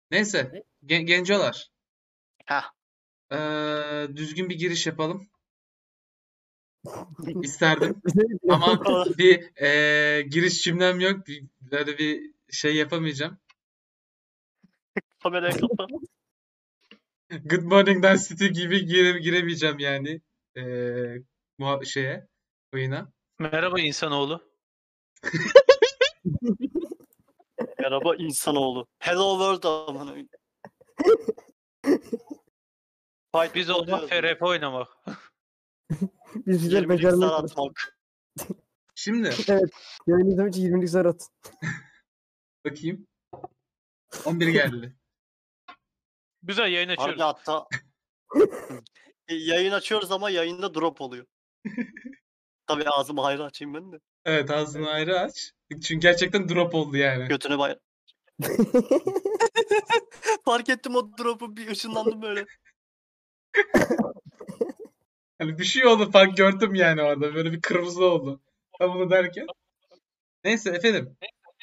Neyse. Gencolar. Heh. Düzgün bir giriş yapalım. İsterdim. Bize mi Ama diyor? bir giriş cümlem yok. Böyle bir şey yapamayacağım. Kamerayı kapa. Good Morning Dance City gibi giremeyeceğim yani. Şeye, oyuna. Merhaba insanoğlu. Merhaba insanoğlu. Hello world amına. Fight Biz Club olmak, diyoruz. FRP oynamak. Biz güzel 20'lik becermek zar lazım. atmak. Şimdi Evet. Yayın izlemek için 20'lik zar at. bakayım. 11 geldi. Güzel yayın açıyoruz. Harbi hatta yayın açıyoruz ama yayında drop oluyor. Tabii ağzımı hayra açayım ben de. Evet, ağzını ayrı aç. Çünkü gerçekten drop oldu yani. Götüne bay. Fark ettim o drop'u, bir ışınlandım böyle. Hani bir şey oldu, fark gördüm yani orada. Böyle bir kırmızı oldu. Tam bunu derken. Neyse efendim.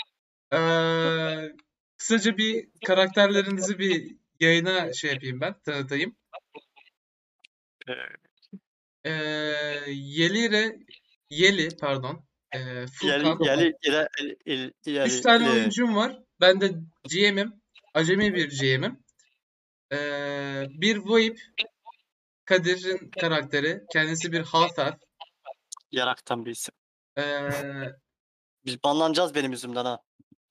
Kısaca bir karakterlerinizi bir yayına şey yapayım ben. Tanıtayım. Yeli pardon. Furkan. Yali 3 tane oyuncum var. Ben de GM'im. Acemi bir GM'im. Bir VoIP. Kadir'in karakteri. Kendisi bir half-elf. yaraktan bir isim. Ee, Biz banlanacağız benim yüzümden ha.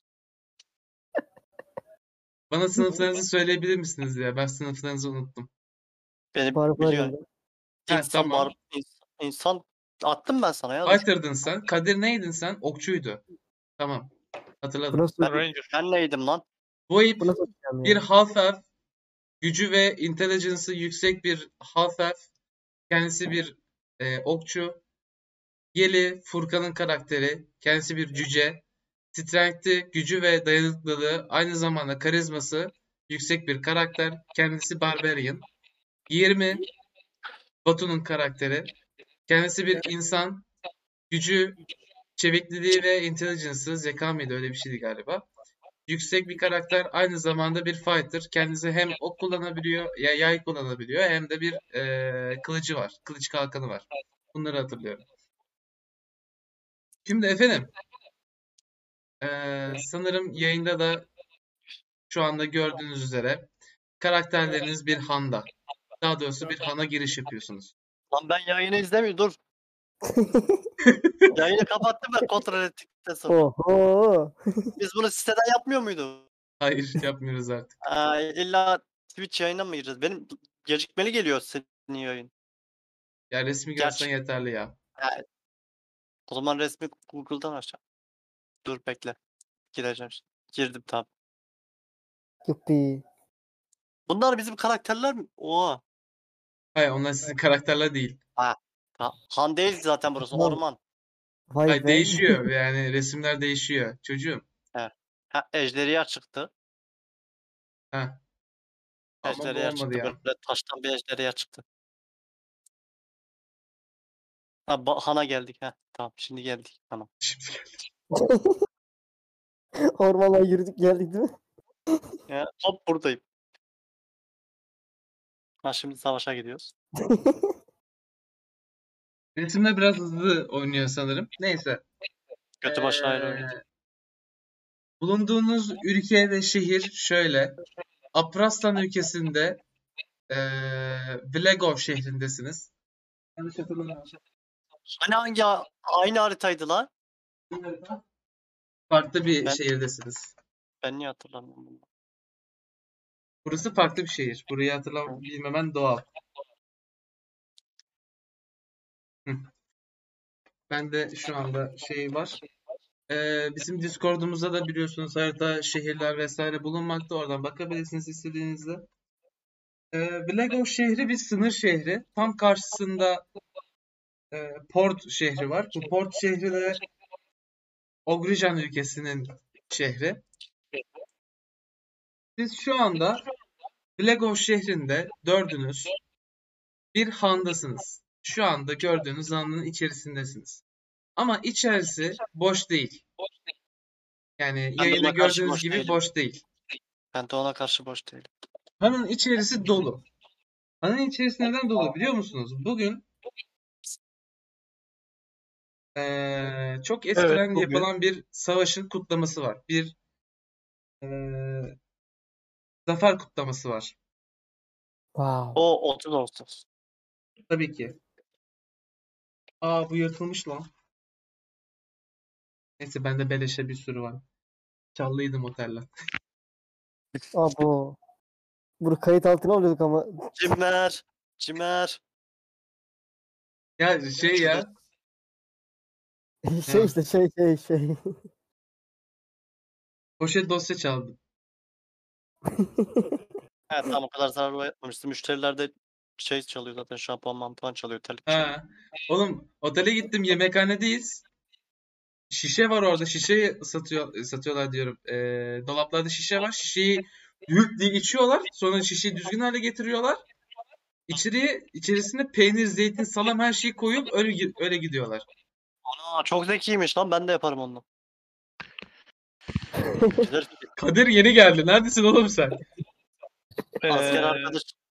Bana sınıflarınızı söyleyebilir misiniz ya? Ben sınıflarınızı unuttum. Beni Var biliyorsun. Ha, İnsan tamam. var. İnsan attım ben sana ya. Fighter'dın sen. Kadir neydin sen? Okçuydu. Tamam. Hatırladım. Bu nasıl? Ranger. Ben neydim lan? VoIP Bu nasıl yani? bir half-elf. Gücü ve intelligence'ı yüksek bir half-elf. Kendisi bir okçu. Yeli, Furkan'ın karakteri. Kendisi bir cüce. Strength'i, gücü ve dayanıklılığı, aynı zamanda karizması yüksek bir karakter. Kendisi Barbarian. 20, Batu'nun karakteri. Kendisi bir insan. Gücü, çevikliliği ve intelligence'ı, zeka mıydı, öyle bir şeydi galiba. Yüksek bir karakter, aynı zamanda bir fighter. Kendisi hem ok kullanabiliyor, yay kullanabiliyor, hem de bir kılıcı var. Kılıç kalkanı var. Bunları hatırlıyorum. Şimdi efendim, sanırım yayında da şu anda gördüğünüz üzere karakterleriniz bir handa. Daha doğrusu bir hana giriş yapıyorsunuz. Lan ben yayını izlemiyorum, dur. Yayını kapattım ben kontrol ettikten sonra. Oho. Biz bunu siteden yapmıyor muydu? Hayır, yapmıyoruz artık. İlla Twitch yayına mı gireceğiz? Benim gecikmeli geliyor senin yayın. Ya resmi görsen yeterli ya. O zaman resmi Google'dan açacağım. Dur bekle. Gireceğim şimdi. Girdim tamam. Yuppi. Bunlar bizim karakterler mi? Oha. Hayır, onlar sizin karakterler değil. Han değil zaten burası. Tamam. Orman. Vay Hayır, be. değişiyor yani, resimler değişiyor çocuğum. Ha, ejderha çıktı. Heh. Ama bu Ejderha olmadı çıktı. ya. Böyle taştan bir ejderha çıktı. Ha, Han'a geldik. Ha, tamam şimdi geldik. Tamam. Şimdi geldi. Ormana yürüdük geldik değil mi? Ya, hop buradayım. Ha, şimdi savaşa gidiyoruz. Resimler biraz hızlı oynuyor sanırım. Neyse. Götü başı ayrı oynuyor. Bulunduğunuz ülke ve şehir şöyle. Apraslan ülkesinde Vlegov şehrindesiniz. Yanlış hatırlamıyorsam. Hani hangi aynı haritaydı lan? Farklı bir Ben- şehirdesiniz. Ben niye hatırlamıyorum bunu? Burası farklı bir şehir. Burayı bilmemen doğal. Hı. Ben de şu anda şey var. Bizim Discord'umuzda da biliyorsunuz harita, şehirler vesaire bulunmakta. Oradan bakabilirsiniz istediğinizde. Vlegov şehri bir sınır şehri. Tam karşısında Port şehri var. Bu Port şehri de Ogrijan ülkesinin şehri. Siz şu anda Vlegov şehrinde dördünüz bir handasınız. Şu anda gördüğünüz hanın içerisindesiniz. Ama içerisi boş değil. Yani yayında bununla karşı gördüğünüz boş gibi değilim. boş değil. Ben de ona karşı boş değilim. Hanın içerisi dolu. Hanın içerisi neden dolu biliyor musunuz? Bugün çok eskiden bugün. yapılan bir savaşın kutlaması var. Bir eee, zafer kutlaması var. Wow. O 30 Ağustos. Tabii ki. Aa bu yırtılmış lan. Neyse bende beleşe bir sürü var. Çallıydım otelden. Abo. Bunu kayıt altına alıyorduk ama. Cimer. Cimer. Ya şey ya. Şey işte şey. Poşet dosya çaldım. Evet tamam o kadar zarar etmemiştim. Müşteriler de şey çalıyor zaten şampuan mampuan çalıyor. Terlik çalıyor. Ha. Oğlum otele gittim yemekhanedeyiz. Şişe var orada. Şişeyi satıyorlar diyorum. Dolaplarda şişe var. Şişeyi yük diye içiyorlar. Sonra şişeyi düzgün hale getiriyorlar. İçerisine peynir, zeytin, salam her şeyi koyup öyle gidiyorlar. Ana çok zekiymiş lan ben de yaparım onu. Kadir yeni geldi. Neredesin oğlum sen? Asker Ee, arkadaş.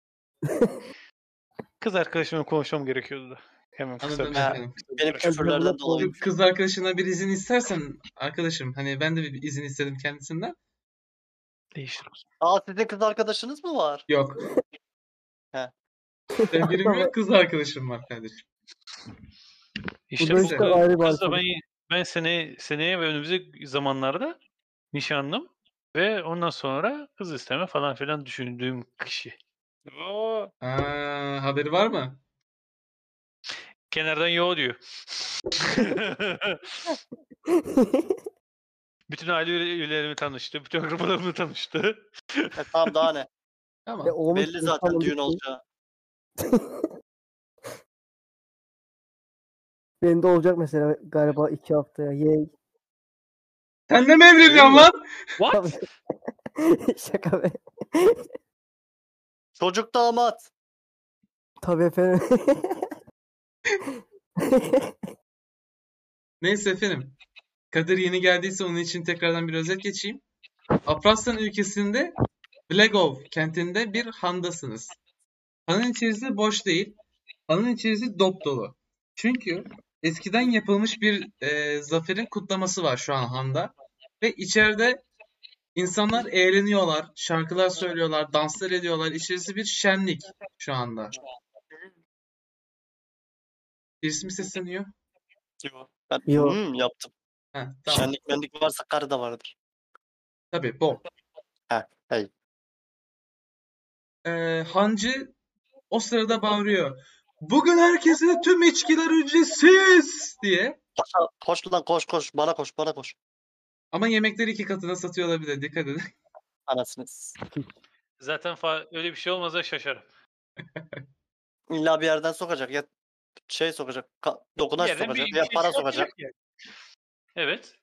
Kız arkadaşımla konuşmam gerekiyordu da. Hemen kısa Anladım bir efendim. Benim küfürlerden dolayı. Kız arkadaşına bir izin istersen arkadaşım hani ben de bir izin istedim kendisinden. değiştir. Aa sizin kız arkadaşınız mı var? Yok. He. Sevgilim yok, kız arkadaşım var kardeşim. İşte Bu da bu işte kız- ayrı bir kızla arkadaş. ben seneye ve önümüzdeki zamanlarda nişanlım ve ondan sonra kız isteme falan filan düşündüğüm kişi. Oo, Aa, haberi var mı? kenardan yo diyor. Bütün aile üyelerimi tanıştı. Bütün akrabalarımı tanıştı. Tamam daha ne? Tamam. Olmuş Belli zaten İstanbul düğün bitti. olacağı. Benim de olacak mesela galiba 2 haftaya. Yay. Sen de mi evleniyorsun lan? What? Şaka be. Çocuk damat. Tabii efendim. Neyse efendim. Kadir yeni geldiyse onun için tekrardan bir özet geçeyim. Apraslan ülkesinde Blegov kentinde bir handasınız. Hanın içerisi boş değil. Hanın içerisi dop dolu. Çünkü eskiden yapılmış bir zaferin kutlaması var şu an handa. Ve içeride insanlar eğleniyorlar, şarkılar söylüyorlar, danslar ediyorlar. İçerisi bir şenlik şu anda. Birisi mi sesleniyor? Yo. Ben Yo. yaptım. Heh, tamam. Şenlik menlik varsa karı da vardır. Tabii bol. Hey. Hancı o sırada bağırıyor. Bugün herkese tüm içkiler ücretsiz diye. Koş lan koş. Bana koş. Ama yemekleri 2 katına satıyor olabilir. Dikkat edin. Anasını. Zaten öyle bir şey olmazsa şaşarım. İlla bir yerden sokacak. Ya şey sokacak. Dokunaç Yerden sokacak. bir Ya şey para çıkartacak sokacak. yani. Evet.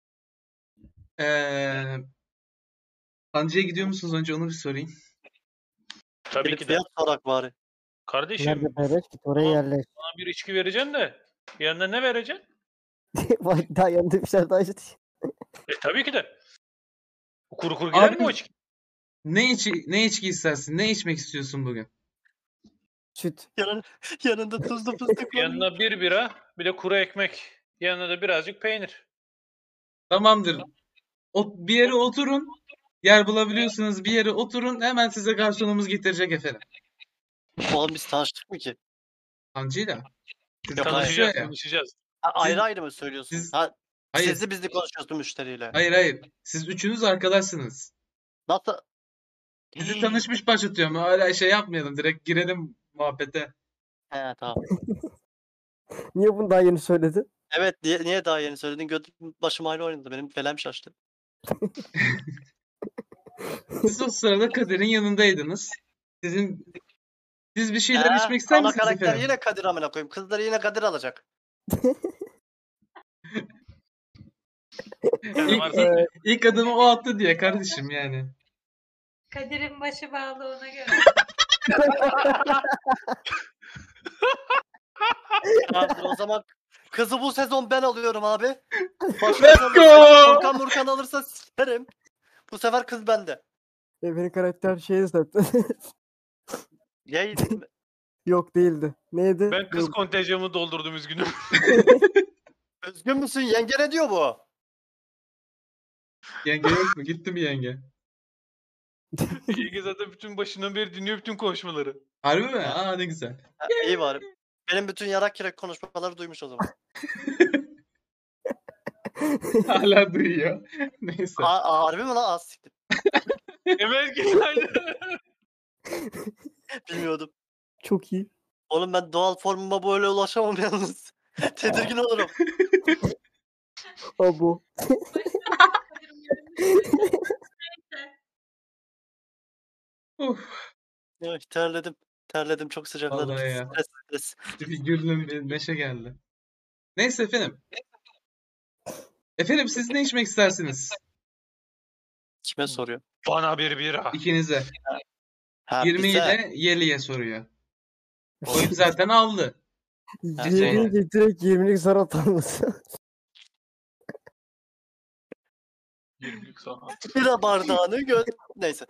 Hancı'ya gidiyor musunuz? Önce onu bir sorayım. Tabii Gelip ki de. fiyat sorak bari. Kardeşim Nerede bebek? Git oraya Tamam. yerleş. bana bir içki vereceksin de yanına ne vereceksin? Vay daha yanında bir şeyler daha işte. Tabii ki de. Kuru kuru gider Abi- mi o içki? Ne içki istersin? Ne içmek istiyorsun bugün? Süt. Yanında tuzlu fıstık var. Yanına bir bira, bir de kuru ekmek. Yanına da birazcık peynir. Tamamdır. Bir yere oturun. Yer bulabiliyorsunuz. Bir yere oturun. Hemen size garsonumuz getirecek efendim. Oğlum biz tanıştık mı ki? Hancı'yla. Siz Yok, tanışıyor Tanışacağız, ya. tanışacağız. Ayrı ayrı mı söylüyorsun? siz- Ha, Hayır. Sizli bizli konuşuyorsun müşteriyle. Hayır. Siz üçünüz arkadaşsınız. Nasıl? Sizi tanışmış başlatıyorum. Öyle şey yapmayalım. Direkt girelim muhabbete. He tamam. Niye bunu daha yeni söyledin? Evet niye daha yeni söyledin? Başım ayrı oynadı. Benim felem şaştı. Siz o sırada Kadir'in yanındaydınız. Siz bir şeyler içmek ister ana misiniz karakter efendim? yine Kadir amına koyayım. Kızları yine Kadir alacak. Sen varsın. İlk adımı o attı diye kardeşim yani. Kadir'in başı bağlı ona göre. Tamamdır, o zaman kızı bu sezon ben alıyorum abi. Let's go! Furkan alırsa s**erim. Bu sefer kız bende. Benim karakter şeydi zaten. Yayın Yok değildi. Neydi? Ben kız Dur. kontenjanımı doldurdum üzgünüm. özgün müsün? Yenge ne diyor bu? Yenge yok mu? Gitti mi yenge? Yenge zaten bütün başından beri dinliyor bütün konuşmaları. Harbi mi? Ha. Aa ne güzel. Ha, iyi var. Benim bütün yarak kirek konuşmaları duymuş o zaman. Hala duyuyor. Neyse. Harbi mi lan? Az siktir. Evet güzel. Bilmiyordum. Çok iyi. Oğlum ben doğal formuma böyle ulaşamam yalnız. Tedirgin olurum. Abo. Kadir'im görünmüş. Uf, Ay, terledim. Terledim çok sıcakladım. Vallahi ya. Stres. bir güldüm bir neşe geldi. Neyse efendim. Efendim siz ne içmek istersiniz? Kime soruyor? Bana bir bira. İkinize. Ha, 20 bize. ile Yeli'ye soruyor. Oyun zaten aldı. Ha, şey- Yediğince direkt 20'lik zar atanması. 20'lik sana. Bira bardağını Neyse.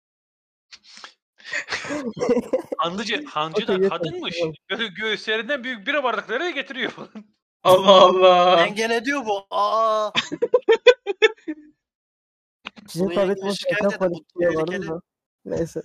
Hancı Okey, da yeter. kadınmış. Tamam. Böyle göğüslerinden büyük bira bardakları getiriyor falan. Allah Allah. Yenge ne diyor bu? Aa. Sizin Bunu tablet yenge boş şikayet ekran edin, paylaşımı bu vardı tehlikeli. da. Neyse.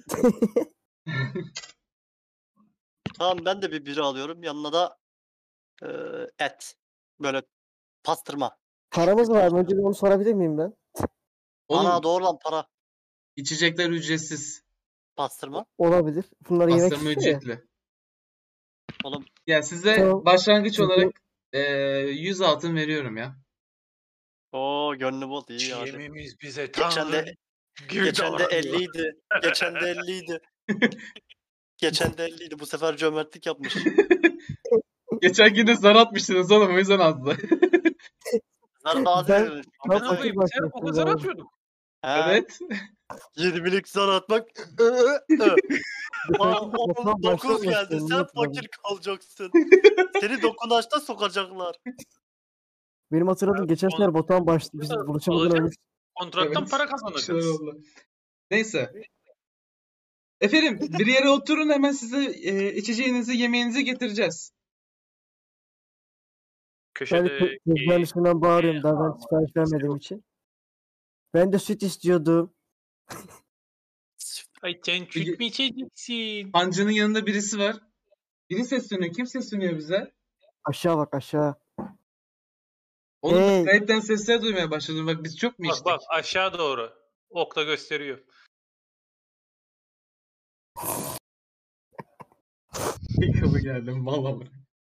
Tamam ben de bir bira alıyorum. Yanına da et. Böyle pastırma. Paramız var mı? Önce bir onu sorabilir miyim ben? Oğlum Ana doğru lan para. içecekler ücretsiz. Pastırma. Olabilir. Bunları yemek Pastırma istiyor ya. ücretli. Oğlum Ya size Tamam. başlangıç Çünkü- olarak 100 altın veriyorum ya. o gönlü bol iyi hadi. Yemimiz bize Geçen tanrı de gibi geçen de davranıyor. 50'ydi. Geçen de 50'ydi. Geçen de 50'ydi. Bu sefer cömertlik yapmış. Geçen gün de zar atmıştınız oğlum o yüzden azdı. Zar az Ben- verilmiş. Ben Ne fakir yapayım? Sen o başlamıştım kadar ya. atıyorduk. He, Evet. 20'lik zar atmak. Aa, oğlum 9 geldi. Sen fakir kalacaksın. Seni dokunaçta sokacaklar. Benim hatırladığım geçen onu- sefer Batuhan başladı. Biz Alacak- buluşamadan ölmüş. Kontrattan Evet. para Bir şeyler kazanacaksın. oldu. Neyse. Efendim bir yere oturun hemen size içeceğinizi yemeğinizi getireceğiz. Ben de Köşede tezgahın üstünden bağırıyorum daha ben sipariş vermediğim için. Ben de süt istiyordum. ay sen süt mü içeceksin? Hancı'nın yanında birisi var. Biri sesleniyor. Kim sesleniyor bize? Aşağı bak aşağı. Oğlum ben Hey. kayıpten sesler duymaya başladım. Bak biz çok mu Bak içtik? bak aşağı doğru. Okla gösteriyor. Yıkılı geldim valla.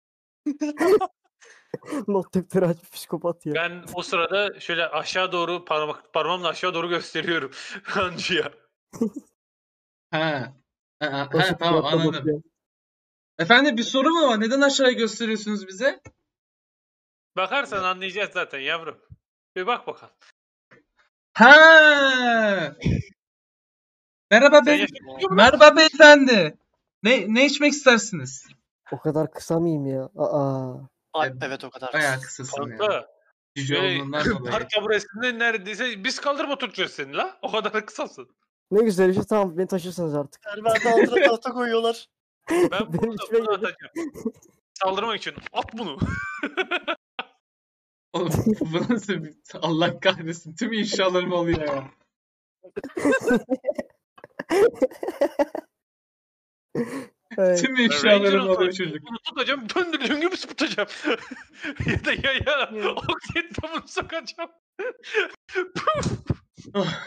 Not defteri açmış psikopat ya. Ben o sırada şöyle aşağı doğru parmağımla aşağı doğru gösteriyorum hancıya. Ha. Ha, Nasıl tamam fiyatla anladım. bakıyor? Efendim bir soru mu var? Neden aşağıya gösteriyorsunuz bize? Bakarsan anlayacağız zaten yavrum. Bir bak bakalım. Ha. Merhaba Sen bey. yaşıyor musun? Merhaba beyefendi. Ne içmek istersiniz? O kadar kısa mıyım ya? Aa. Ay, Evet. evet o kadar. Bayağı kısasın ya. Kanka. Cüce Şey, olduğundan dolayı. park taburesinde neredeyse biz kaldırıp oturtacağız seni la. O kadar kısasın. Ne güzel işte tamam beni taşırsınız artık. Ermerde altına tahta koyuyorlar. Ben Benim burada içime bunu girdi. atacağım. Saldırmak için at bunu. Oğlum bu nasıl bir... Allah kahretsin. Tüm inşalarım oluyor ya. Hey. Tüm Ben inşalarım Ranger oluyor olsaydım çocuk. bunu tutacağım döndürüyorum gibi tutacağım. Ya da ya oksijetle bunu sokacağım. Ah.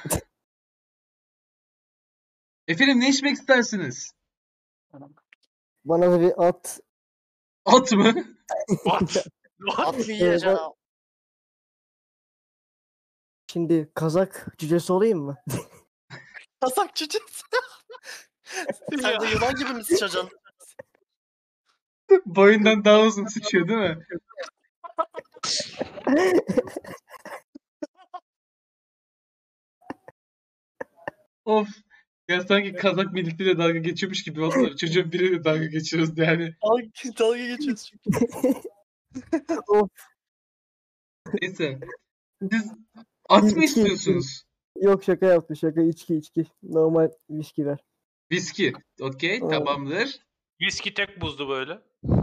Efendim ne içmek istersiniz? Bana da bir at. At mı? At. At At. mı yiyeceksin ha? Şimdi kazak cücesi olayım mı? Kasak çiçeğiz. Sen de yılan gibi mi sıçacaksın? Boyundan daha uzun sıçıyor değil mi? Of. Ya sanki Kazak milletiyle dalga geçiyormuş gibi oldular. Çocuğun biriyle dalga geçiyoruz yani. Dalga geçiyoruz çünkü. Of. Neyse. Siz at mı İki- istiyorsunuz? Yok şaka yaptım şaka içki. Normal viski ver. Viski. Okey, Aynen. tamamdır. Viski tek buzdu böyle.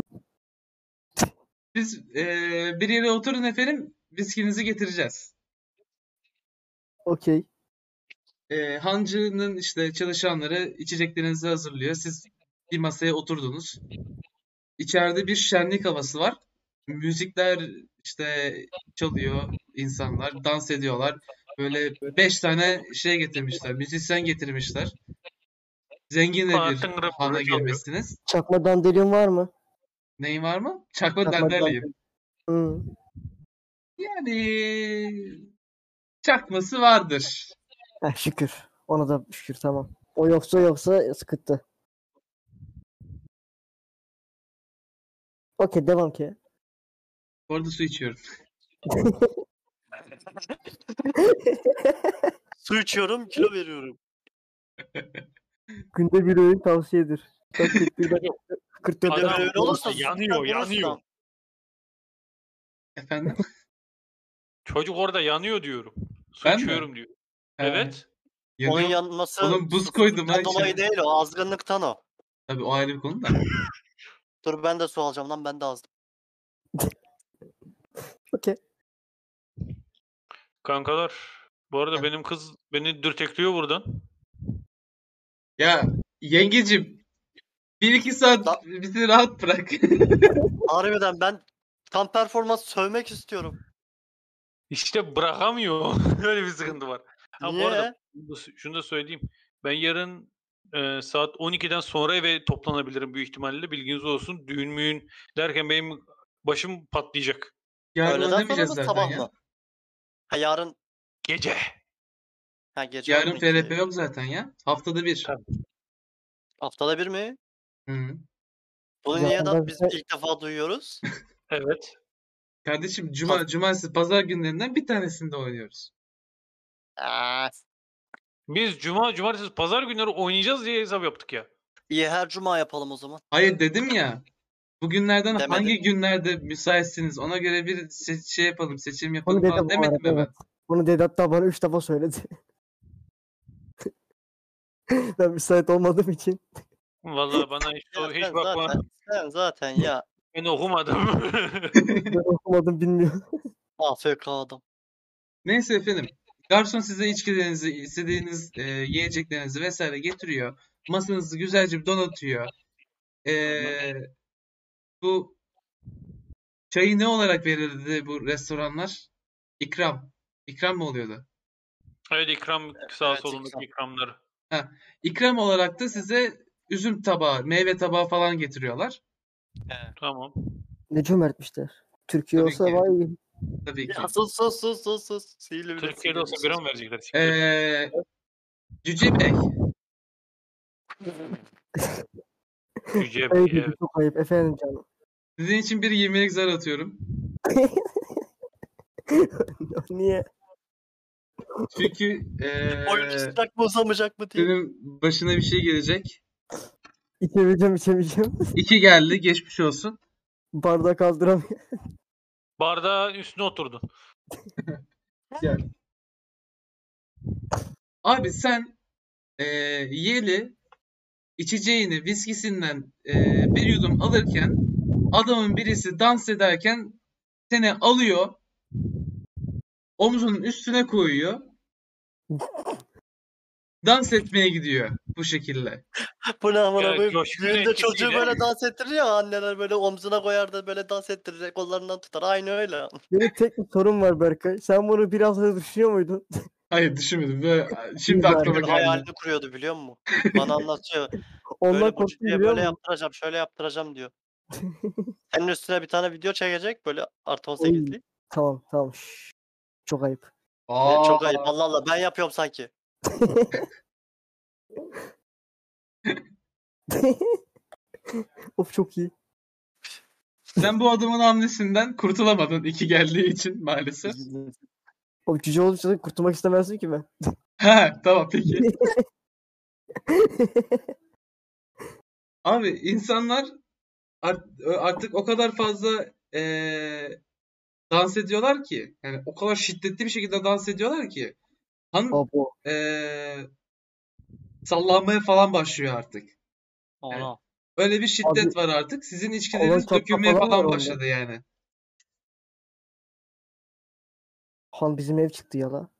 Siz bir yere oturun efendim. Viskinizi getireceğiz. Okey. Hancı'nın işte çalışanları içeceklerinizi hazırlıyor. Siz bir masaya oturdunuz. İçeride bir şenlik havası var. Müzikler işte çalıyor, insanlar dans ediyorlar. Böyle 5 tane şey getirmişler, müzisyen getirmişler. Zengin de bir Tıngırı hana mırı çalıyor. girmesiniz. Çakma dandelion var mı? Neyin var mı? Çakma Çakma dandelyum. Hı. Yani çakması vardır. Heh, şükür. Ona da şükür tamam. O yoksa sıkıntı. Okey devam ki. Bu arada su içiyorum. Su içiyorum, kilo veriyorum. Günde bir öğün tavsiyedir. Çok 41 dakika. 44 Adam dakika. öyle olursa yanıyor. Efendim? Çocuk orada yanıyor diyorum. Su Ben mi? içiyorum diyor. He, Evet. Onun yanıyor. yanması Oğlum buz koydum ha susuzluktan dolayı içine. değil, o azgınlıktan o. Tabii o ayrı bir konu da. Dur ben de su alacağım lan, ben de azdım. Okey. Kankalar. Bu arada Heh. benim kız beni dürtekliyor buradan. Ya yengecim 1-2 saat Da- bizi rahat bırak. Harbiden ben tam performans sövmek istiyorum. İşte bırakamıyor. Öyle bir sıkıntı var. Ha, bu arada Niye? şunu da söyleyeyim. Ben yarın saat 12'den sonra eve toplanabilirim büyük ihtimalle. Bilginiz olsun. Düğün müğün derken benim başım patlayacak. Yarın Öğleden sonra oynamayacağız mı zaten sabah ya. mı? Ha yarın, Gece. ha gece Yarın 12. FRP yok zaten ya. Haftada bir. Tabii. Haftada bir mi? Hı. Bunu Ya niye ben- biz ilk defa duyuyoruz? Evet. Kardeşim cumartesi, pazar günlerinden bir tanesinde oynuyoruz. Aa, Biz cumartesi, pazar günleri oynayacağız diye hesap yaptık ya. iyi her cuma yapalım o zaman. Hayır dedim ya. Bugünlerden Demedin. hangi günlerde müsaitsiniz? Ona göre bir şey yapalım, seçim yapalım Bunu dedi falan bu demedim arada mi ben? evet. Bunu dedi hatta bana 3 defa söyledi. Ben müsait olmadığım için. Vallahi bana Ya hiç bakma. sen zaten ya Ben okumadım. Ben okumadım bilmiyorum. AFK adam. Neyse efendim. Garson size içkilerinizi, istediğiniz yiyeceklerinizi vesaire getiriyor. Masanızı güzelce bir donatıyor. Bu çayı ne olarak verirdi bu restoranlar? İkram. İkram mı oluyordu? Evet, ikram sağ Evet, solundaki ikram. ikramları. İkram olarak da size üzüm tabağı, meyve tabağı falan getiriyorlar. Tamam. Ne cömertmişler. Türkiye Tabii olsa ki. vay. Tabii ki. Ya sus. Sihirli bir Türkiye'de olsa sihirli. bira mı verecekler? Siktir. Cüce Bey, Cüce Ayıp Bey, dedi, evet. çok ayıp. Efendim canım. sizin için bir 20'lik zar atıyorum. Niye? Çünkü Oyun tutacak mı uzamayacak mı diye. senin başına bir şey gelecek. İçemeyeceğim. 2 geldi, geçmiş olsun. Bardağı kaldıramıyorum. Bardağın üstüne oturdun. Gel. Abi sen Yeli içeceğini viskisinden bir yudum alırken adamın birisi dans ederken seni alıyor, omzunun üstüne koyuyor, dans etmeye gidiyor bu şekilde. Bu ne amına Ya, koyayım? coşkunun Düğünde çocuğu etkisiyle- böyle dans ettirir ya, anneler böyle omzuna koyar da böyle dans ettirecek, kollarından tutar. Aynı öyle. Benim tek bir sorun var Berkay. Sen bunu biraz da düşünüyor muydun? Hayır düşünmedim. Böyle, şimdi Güzel. aklıma Böyle geldi. hayalini kuruyordu biliyor musun? Bana anlatıyor. Ondan Böyle bu korktum çocuğa biliyor böyle musun? yaptıracağım, şöyle yaptıracağım diyor. Senin üstüne bir tane video çekecek böyle artı Oy. 18'lik. Tamam. Şşş. Çok ayıp. Aa, Çok ayıp. Allah Allah, ben yapıyorum sanki. Of çok iyi. sen bu adamın hamlesinden kurtulamadın 2 geldiği için maalesef. O cüce olursa kurtulmak istemezdim ki ben. Ha, tamam peki. Abi insanlar artık o kadar fazla dans ediyorlar ki, yani o kadar şiddetli bir şekilde dans ediyorlar ki Han Abo. sallanmaya falan başlıyor artık. Ana. Öyle bir şiddet Abi, var artık. Sizin kolon içkileriniz çatma dökülmeye falan var falan onda. başladı yani. Han bizim ev çıktı ya la.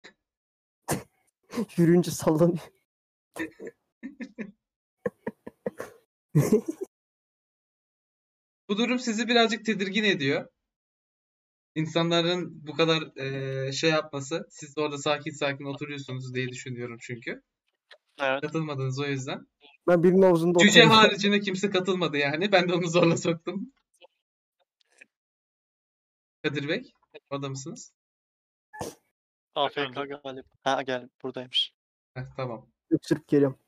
Yürüyünce sallanıyor. Bu durum sizi birazcık tedirgin ediyor. İnsanların bu kadar şey yapması. Siz de orada sakin sakin oturuyorsunuz diye düşünüyorum çünkü. Evet. Katılmadınız o yüzden. Ben birinin havuzunda Cüce oturuyorum. haricinde kimse katılmadı yani. Ben de onu zorla soktum. Kadir Bey, orada mısınız? AFK Efendim? galiba. Ha gel buradaymış. Heh, tamam. Öksürüp geliyorum.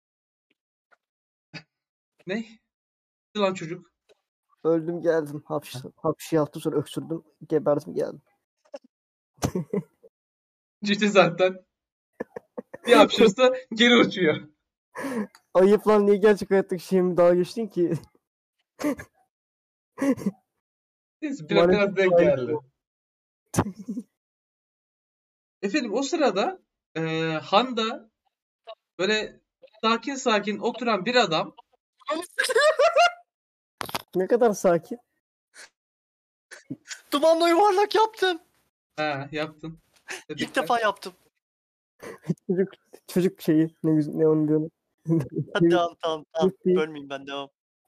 Ne? Lan çocuk. Öldüm geldim. Hapşi yaptım sonra öksürdüm. Geberdim geldim. Cüce zaten bir hapşırsa geri uçuyor. Ayıp lan, niye gerçek hayattaki şeyimi daha geçtin ki? Neyse biraz Maalesef denk ayıp geldi. bu. Efendim o sırada Han'da böyle sakin sakin oturan bir adam Ne kadar sakin. Dumanla yuvarlak yaptım. yaptın. İlk Tebrikler. defa yaptım. Çocuk şeyi. Ne onun diyor. Hadi tamam. Bitti. Bölmeyeyim ben devam.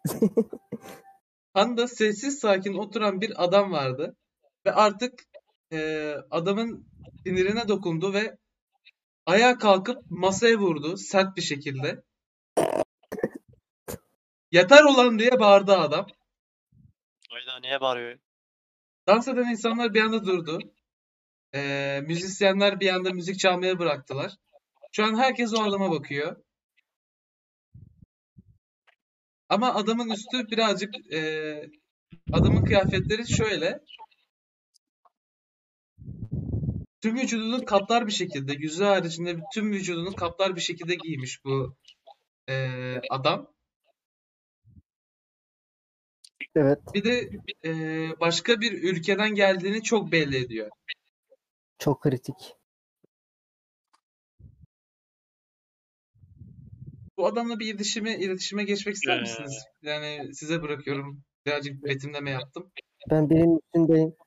Han'da sessiz sakin oturan bir adam vardı ve artık adamın sinirine dokundu ve ayağa kalkıp masaya vurdu sert bir şekilde. Yeter ulan diye bağırdı adam. Hayda niye bağırıyor? Dans eden insanlar bir anda durdu. Müzisyenler bir anda müzik çalmaya bıraktılar. Şu an herkes o adama bakıyor. Ama adamın üstü birazcık adamın kıyafetleri şöyle. Tüm vücudunu kaplar bir şekilde, yüzü haricinde tüm vücudunu kaplar bir şekilde giymiş bu adam. Evet. Bir de başka bir ülkeden geldiğini çok belli ediyor. Çok kritik. Bu adamla bir iletişime geçmek ister misiniz? Yani size bırakıyorum. Birazcık betimleme yaptım. Ben birinin üstündeyim.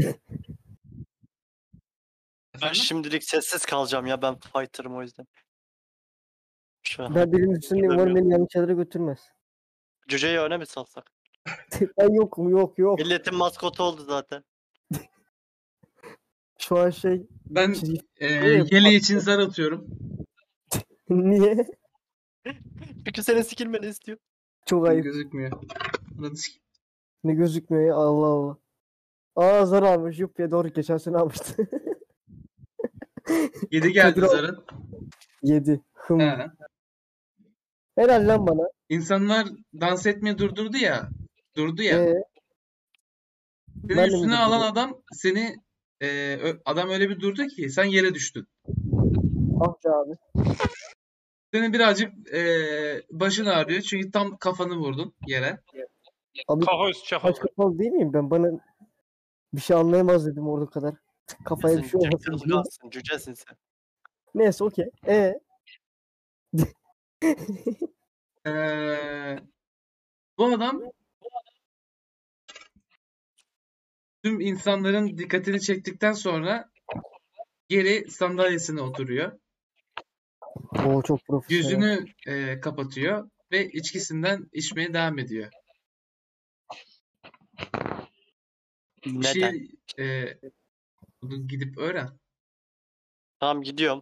Ben Efendim? şimdilik sessiz kalacağım ya. Ben fighter'ım o yüzden. Şu an Ben birinin üstündeyim. Umarım beni yanlış yerlere götürmez. Cüceyi öne mi salsak? Ben yokum, yok. Milletin maskotu oldu zaten. Şu an şey Ben çizgi- Yeli için zar atıyorum. Niye? Çünkü senin sikilmeni istiyor. Çok ayıp. Gözükmüyor. Ananı sikeyim. Ne gözükmüyor ya, Allah Allah. Aa, zar almış. Yuppie doğru, geçen sene almıştı. 7 geldi Kadir o- zarın. 7. He. Helal lan bana. İnsanlar dans etmeye durdu ya. Senin Ben de mi üstüne alan durdurdum? adam seni adam öyle bir durdu ki sen yere düştün. Ah be abi. Senin birazcık başın ağrıyor çünkü tam kafanı vurdun yere. Abi Kafa üstü çakal. kaç kafalı değil miyim ben? Bana bir şey anlayamaz dedim orada kadar. Kafaya bir şey Cücesin, olmasın diye. cücesin, cücesin sen. Neyse okey. Bu adam tüm insanların dikkatini çektikten sonra geri sandalyesine oturuyor. O çok profesyonel. Yüzünü kapatıyor ve içkisinden içmeye devam ediyor. Bir Neden? şey bunu gidip öğren. Tamam gidiyorum.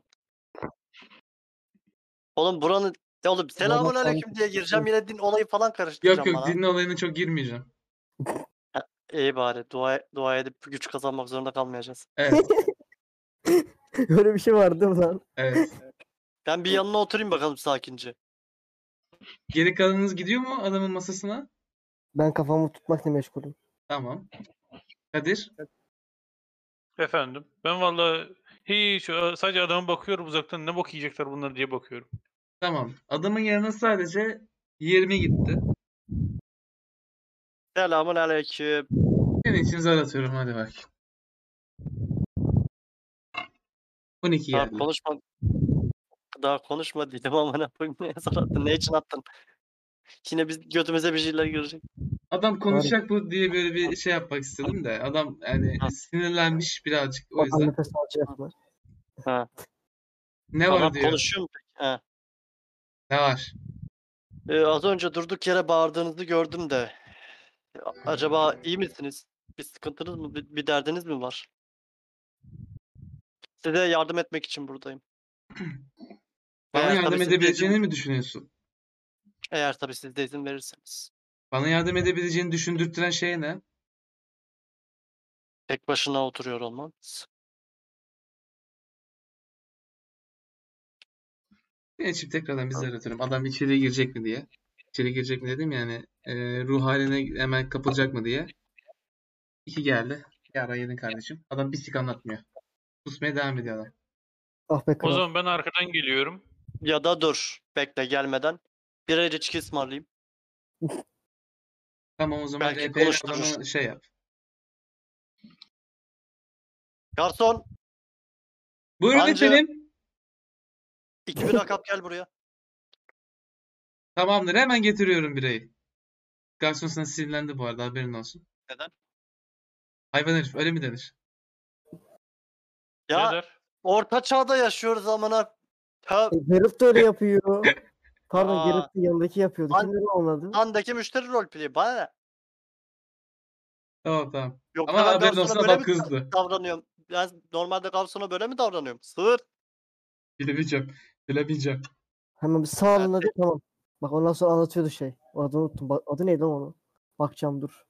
Oğlum buranın... Ya oğlum selamun aleyküm diye gireceğim yine din olayı falan karıştıracağım Yok bana. dinle olayına çok girmeyeceğim. İyi bari dua edip güç kazanmak zorunda kalmayacağız. Evet, Öyle bir şey var değil mi lan? evet. Ben bir yanına oturayım bakalım sakince. Geri kalanınız gidiyor mu adamın masasına? Ben kafamı tutmakla meşgulüm. Tamam. Kadir? Efendim. Ben vallahi hiç sadece adama bakıyorum uzaktan, ne bok yiyecekler bunlar diye bakıyorum. Tamam. Adamın yanına sadece 20 gitti. Selamun aleyküm. Senin için zar atıyorum hadi bak. 12 Daha geldi. konuşma. Daha konuşma dedim ama ne yapayım, ne zar attın, ne için attın? Yine biz götümüze bir şeyler girecek. Adam konuşacak bu diye böyle bir şey yapmak istedim de. Adam yani Ha. sinirlenmiş birazcık o Oradan yüzden. nefes alacaklar. Ne var Adam diyor. konuşuyor mu peki? He. Ne var? Az önce durduk yere bağırdığınızı gördüm de. Acaba iyi misiniz? Bir sıkıntınız mı? Bir derdiniz mi var? Size yardım etmek için buradayım. Bana Eğer yardım tabii siz de edebileceğini izin, mi düşünüyorsun? eğer tabii siz de izin verirseniz. Bana yardım edebileceğini düşündürtüren şey ne? Tek başına oturuyor olmanız. Geçip tekrardan bir zar atıyorum. Adam içeriye girecek mi diye. İçeri girecek mi dedim yani. Ruh haline hemen kapılacak mı diye. 2 geldi. Yara yedin kardeşim. Adam bir sik anlatmıyor. Susmaya devam ediyor adam. Ah be O kral. zaman ben arkadan geliyorum. Ya da dur. Bekle gelmeden. Bir ayrı içki ısmarlayayım. Tamam o zaman Belki RP ile konuşturur. adamı şey yap. Garson! Buyurun Hancı! efendim. 2 bira kap gel buraya. Tamamdır hemen getiriyorum birayı. Garson sana sinirlendi bu arada haberin olsun. Neden? Hayvan herif öyle mi denir? Ya Birader. orta çağda yaşıyoruz amına. Ha, Geralt da öyle yapıyor. Pardon, Aa. Geralt da yanındaki yapıyordu. An- Kimleri anladı? andaki müşteri roleplay. Bana ne? Tamam. Yoksa Ama ben haberin garsona olsun böyle adam mi kızdı. davranıyorum? Ben normalde garsona böyle mi davranıyorum? Sığır. Bilemeyeceğim. Bilemeyeceğim. Hemen bir sağ olun Evet. hadi, tamam. Bak ondan sonra anlatıyordu şey. Adını unuttum. Adı neydi lan onun? Bakacağım dur.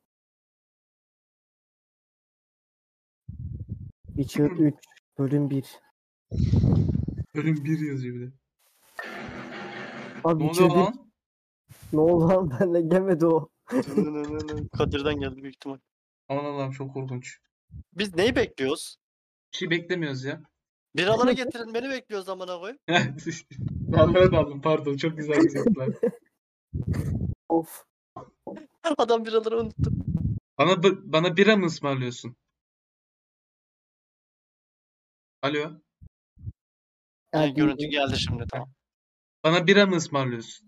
Witcher 3 bölüm 1. Bölüm 1 yazıyor bir de. Abi Ne Witcher oluyor 1 lan? ne oldu lan? Benle gelmedi o. Kadir'den geldi büyük ihtimal. Aman Allah'ım çok korkunç. Biz neyi bekliyoruz? Bir şey beklemiyoruz ya. Biraları getirin, beni bekliyoruz amına koy. Vallahi daldım pardon çok güzel güzeller. Of. Adam biraları unuttu. Bana bira mı ısmarlıyorsun? Alo. Yani Görüntü geldi şimdi, tamam. Bana bira mı ısmarlıyorsun?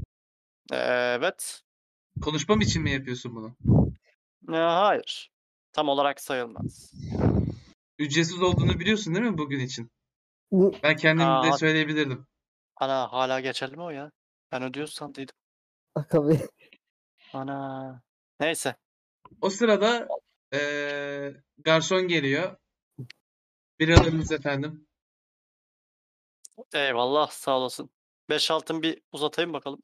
Evet. Konuşmam için mi yapıyorsun bunu? Hayır. Tam olarak sayılmaz. Ücretsiz olduğunu biliyorsun değil mi bugün için? bu Ben kendim de Aa. söyleyebilirdim. Ana hala geçerli mi o ya? Ben ödüyoruz sandıydım. Akabe. Ana. Neyse. O sırada garson geliyor. Biralarınız efendim. Eyvallah, sağ olasın. 5 altın bir uzatayım bakalım.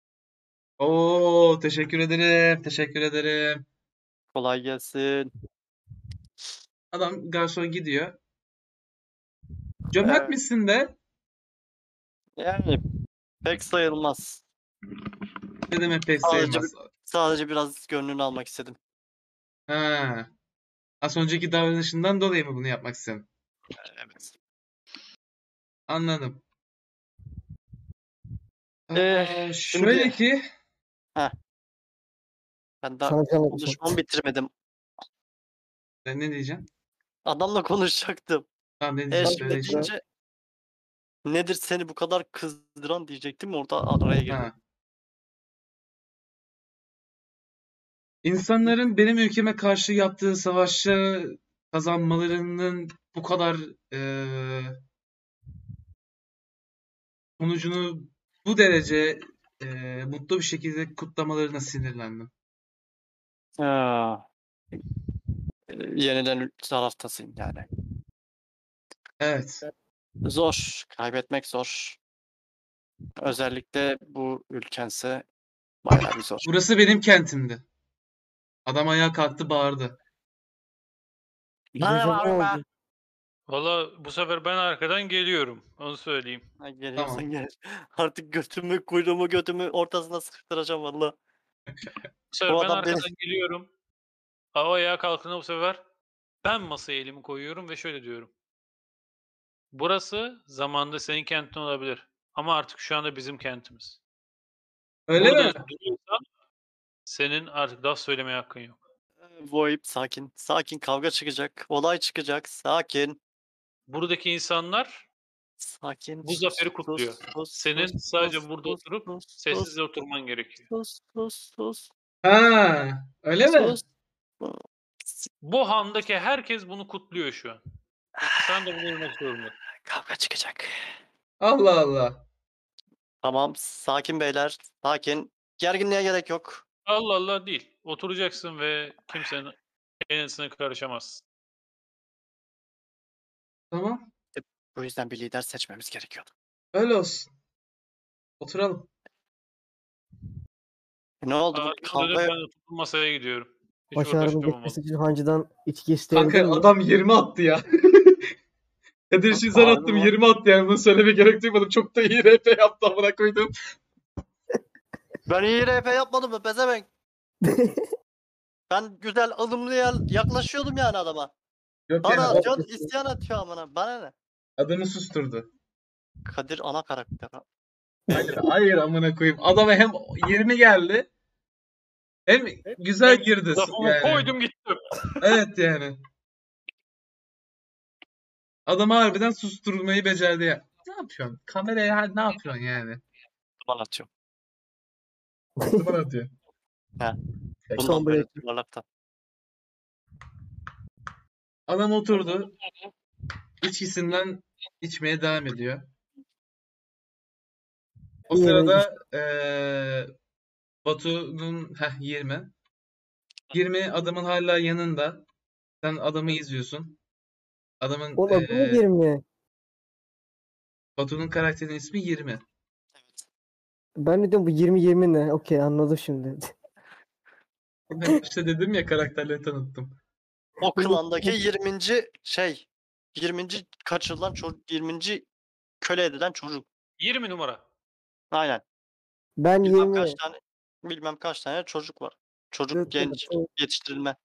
Oo teşekkür ederim. Teşekkür ederim. Kolay gelsin. Adam garson gidiyor. Cömert misin de? Yani pek sayılmaz. Ne demek pek Sadece sayılmaz. Sadece biraz gönlünü almak istedim. Ha. Az önceki davranışından dolayı mı bunu yapmak istedin? Evet. Anladım. Şimdi- Şöyle ki Ben daha Sana bir şey anlatacağım. konuşmamı bitirmedim. ben ne diyeceğim? Adamla konuşacaktım. Tamam ne diyeceğim? Şimdi Söyle işte. deyince nedir seni bu kadar kızdıran diyecektim, orada araya girdim. Ha. İnsanların benim ülkeme karşı yaptığı savaşı kazanmalarının bu kadar sonucunu bu derece mutlu bir şekilde kutlamalarına sinirlendim. Ha. Yeniden taraftasın yani. Evet. Zor. Kaybetmek zor. Özellikle bu ülkense bayağı bir zor. Burası benim kentimdi. Adam ayağa kalktı bağırdı. Dejavu oldu. Valla bu sefer ben arkadan geliyorum. Onu söyleyeyim. Ha, geliyorsan Tamam. gel. Artık götümü, kuyruğumu, götümü ortasına sıkıştıracağım valla. Bu sefer Bu ben adam arkadan geliyorum. O ayağa kalktığında bu sefer ben masaya elimi koyuyorum ve şöyle diyorum. Burası zamanında senin kentin olabilir. Ama artık şu anda bizim kentimiz. Öyle Burada mi? duruyorsan senin artık laf söylemeye hakkın yok. Voip sakin. Sakin, kavga çıkacak. Olay çıkacak. Sakin. buradaki insanlar Sakin. bu zaferi kutluyor. Senin sadece burada oturup sessizce oturman gerekiyor. Sus. Ha, öyle mi? Sus. Bu handaki herkes bunu kutluyor şu an. Sen de bunu uymak zorundasın. Kavga çıkacak. Allah Allah. Tamam, sakin beyler. Sakin. Gerginliğe gerek yok. Allah Allah değil. Oturacaksın ve kimsenin enesine karışamazsın. Tamam. Bu yüzden bir lider seçmemiz gerekiyordu. Öyle olsun. Oturalım. Ne oldu bu Dönüp kavga? ben oturduğum masaya gidiyorum. Hiç Başarının uğraşamam geçmesi için hancıdan içki isteyebilir Kanka miyim? adam 20 attı ya. Kadir Şizar Harbi attım mi? 20 attı yani bunu söylemeye gerek duymadım. Çok da iyi RP yaptı amına koydum. Ben iyi RP yapmadım mı pezevenk? Ben güzel ılımlı yaklaşıyordum yani adama. Yok Bana yani atıyorsun, isyan atıyor amına. Bana ne? adamı susturdu. Kadir ana karakter. Hayır amına koyayım. Adama hem 20 geldi hem güzel girdi Lafımı yani. koydum gittim. Evet yani. Adamı harbiden susturmayı becerdi ya. Ne yapıyorsun? Kameraya ne yapıyorsun yani? Bana atıyor. Duman atıyor. He. Peki. Son Bundan böyle break. yuvarlaktan. Adam oturdu. İçkisinden içmeye devam ediyor. O İyi, sırada Batu'nun 20. 20 adamın hala yanında. Sen adamı izliyorsun. Adamın Oğlum adı mı 20? Batu'nun karakterinin ismi 20. Evet. Ben de diyorum bu 20 ne? Okey, anladım şimdi. Ben başta dedim ya karakterleri tanıttım. O klandaki 20. 20. kaçırılan çocuk, 20. köle edilen çocuk. 20 numara. Aynen. Ben Bilmem 20. kaç tane çocuk var. Çocuk Evet, genç evet. yetiştirilme.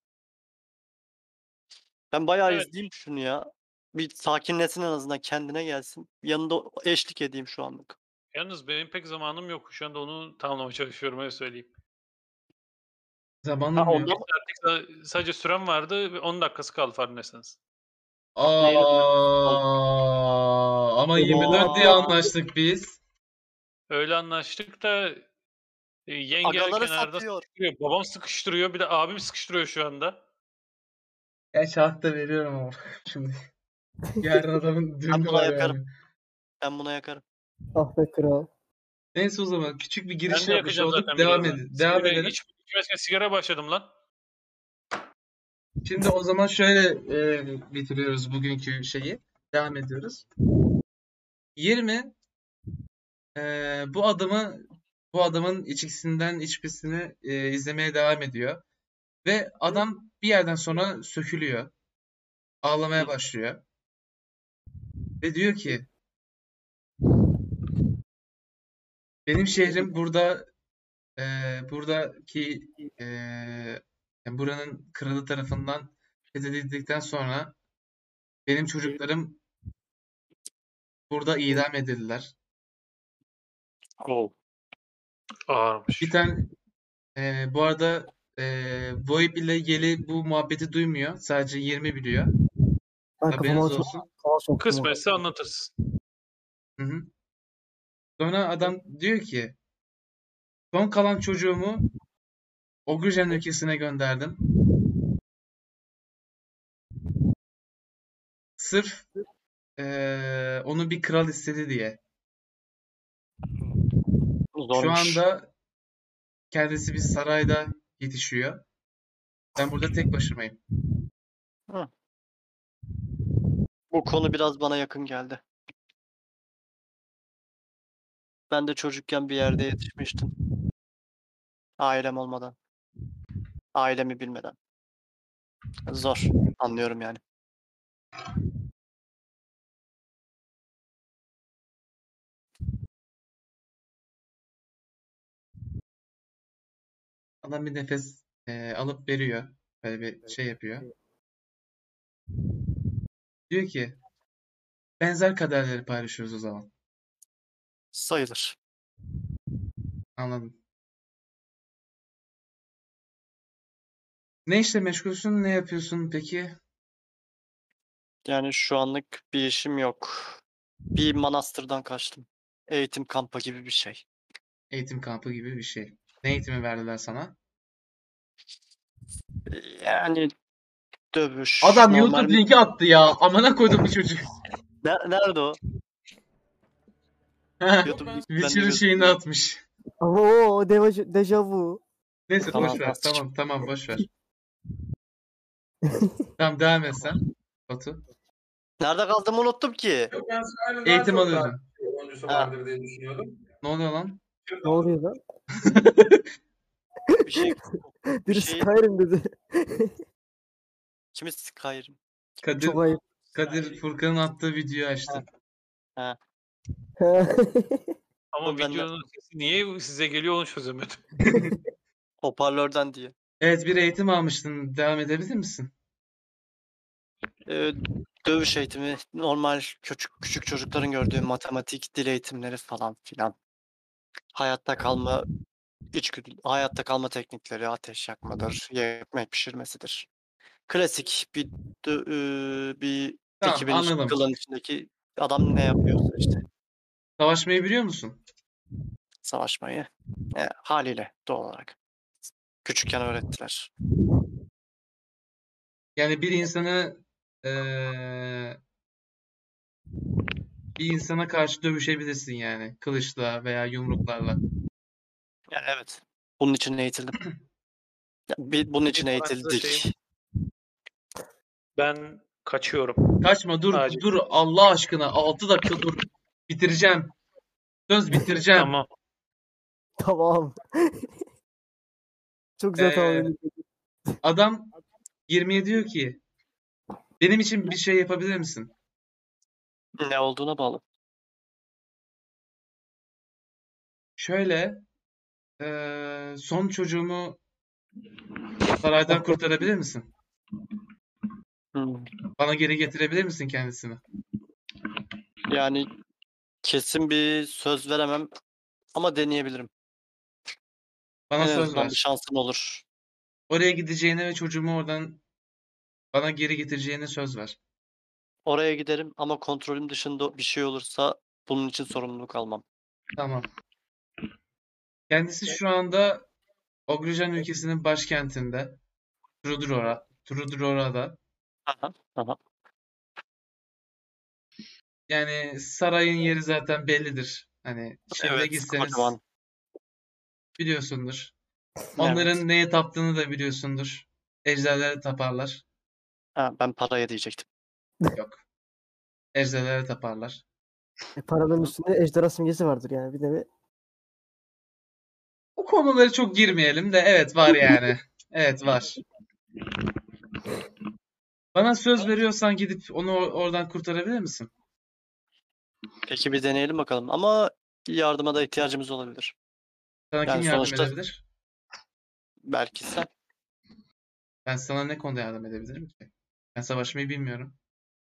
Ben bayağı Evet. izleyeyim şunu ya. Bir sakinleşsin en azından, kendine gelsin. Yanında eşlik edeyim şu anlık. Yalnız benim pek zamanım yok. Şu anda onu tamamlamaya çalışıyorum öyle söyleyeyim. Zamanım yok. Artık sadece sürem vardı ve 10 dakikası kaldı farkındaysanız. Ama 24 diye anlaştık biz. Öyle anlaştık da yenge Agaları kenarda satıyor. sıkıştırıyor. Babam sıkıştırıyor. Bir de abim sıkıştırıyor şu anda. Gerçi hak da veriyorum ama şimdi. Yarın adamın Ben düğünü buna var yakarım. yani. Ben buna yakarım. Ah be kral. Neyse o zaman küçük bir Ben giriş de yapmış yakacağım olduk. zaten Devam birazdan. devam edelim. İçmesine sigara başladım lan. Şimdi o zaman şöyle bitiriyoruz bugünkü şeyi. Devam ediyoruz. 20 bu adamın içkisinden içkisini izlemeye devam ediyor. Ve adam bir yerden sonra sökülüyor. Ağlamaya başlıyor. Ve diyor ki benim şehrim buradaki yani buranın kralı tarafından fethedildikten sonra benim çocuklarım burada idam edildiler. Oh. Ağırmış. Bir tane bu arada VoIP ile Yeli bu muhabbeti duymuyor. Sadece 20 biliyor. Ben Haberiniz kafama olsun. sağa soktum. Kısmetse anlatırsın. Hı hı. Sonra adam diyor ki son kalan çocuğumu Ogrijen ülkesine gönderdim. Sırf onu bir kral istedi diye. Şu Zormuş. anda kendisi bir sarayda yetişiyor. Ben burada tek başımayım. Bu konu biraz bana yakın geldi. Ben de çocukken bir yerde yetişmiştim. Ailem olmadan. Ailemi bilmeden. Zor. Anlıyorum yani. Adam bir nefes alıp veriyor. Böyle bir şey yapıyor. Diyor ki benzer kaderleri paylaşıyoruz o zaman. Sayılır. Anladım. Ne işle meşgulsün? Ne yapıyorsun peki? Yani şu anlık bir işim yok. Bir manastırdan kaçtım. Eğitim kampı gibi bir şey. Eğitim kampı gibi bir şey. Ne eğitimi verdiler sana? Yani dövüş, Adam normal YouTube linki attı ya. Amına koydum bu çocuğu. Nerede o? Ha, YouTube linki bende Witcher'ın şeyini gözükmüyor. atmış. Ama o dejavu. Neyse Tamam, boş ver. Aslı'cığım. Tamam boş ver. Tamam devam et sen. Batu. Nerede kaldığımı unuttum ki. Yok ben Skyrim'in daha Eğitim çok alıyordun. oyuncusu Ha. vardır diye düşünüyordum. Ne oluyor lan? Ne oluyor lan? Bir şey Biri şey- Skyrim dedi. kimi Skyrim? Kadir, Çok ayıp. Kadir Furkan'ın attığı videoyu açtı. Ama Oğlum ben de- videonun sesi niye size geliyor onu çözemedim. Hoparlörden diye. Evet bir eğitim almıştın. Devam edebilir misin? Dövüş eğitimi, normal küçük çocukların gördüğü matematik, dil eğitimleri falan filan. Hayatta kalma hayatta kalma teknikleri, ateş yakmadır, yemek pişirmesidir. Klasik bir Tamam ekibin anladım. kılın içindeki adam ne yapıyorsa işte Savaşmayı biliyor musun? savaşmayı haliyle doğal olarak. Küçükken öğrettiler. Yani bir insana karşı dövüşebilirsin yani. Kılıçla veya yumruklarla. Yani evet. Bunun için eğitildim. Bunun için Peki, ben eğitildik. söyleyeyim. Ben kaçıyorum. Kaçma dur Acil. dur Allah aşkına 6 dakika dur. Bitireceğim. Söz bitireceğim. Tamam. Tamam. Çok güzel tamam. Ee, Adam 20'ye diyor ki benim için bir şey yapabilir misin? Ne olduğuna bağlı. Şöyle son çocuğumu saraydan kurtarabilir misin? Hmm. Bana geri getirebilir misin kendisini? Yani kesin bir söz veremem ama deneyebilirim. Bana En söz azından bir ver. şansım olur. Oraya gideceğine ve çocuğumu oradan bana geri getireceğine söz ver. Oraya giderim ama kontrolüm dışında bir şey olursa bunun için sorumluluk almam. Tamam. Kendisi şu anda Ogrijan ülkesinin başkentinde. Trudora'da. Aha, aha. Yani sarayın yeri zaten bellidir. Hani şimdi Evet, gitseniz kocaman. biliyorsundur. Evet. Onların neye taptığını da biliyorsundur. Ejderlere taparlar. Ha, ben paraya diyecektim. Yok. Ejderlere taparlar. Paranın üstünde ejderha simgesi vardır yani bir nevi. O konulara çok girmeyelim de evet var yani. Evet var. Bana söz veriyorsan gidip onu oradan kurtarabilir misin? Peki bir deneyelim bakalım ama yardıma da ihtiyacımız olabilir. Sana kim Yani yardım sonuçta- edebilir? Belki sen. Ben sana ne konuda yardım edebilirim ki? Ben savaşmayı bilmiyorum.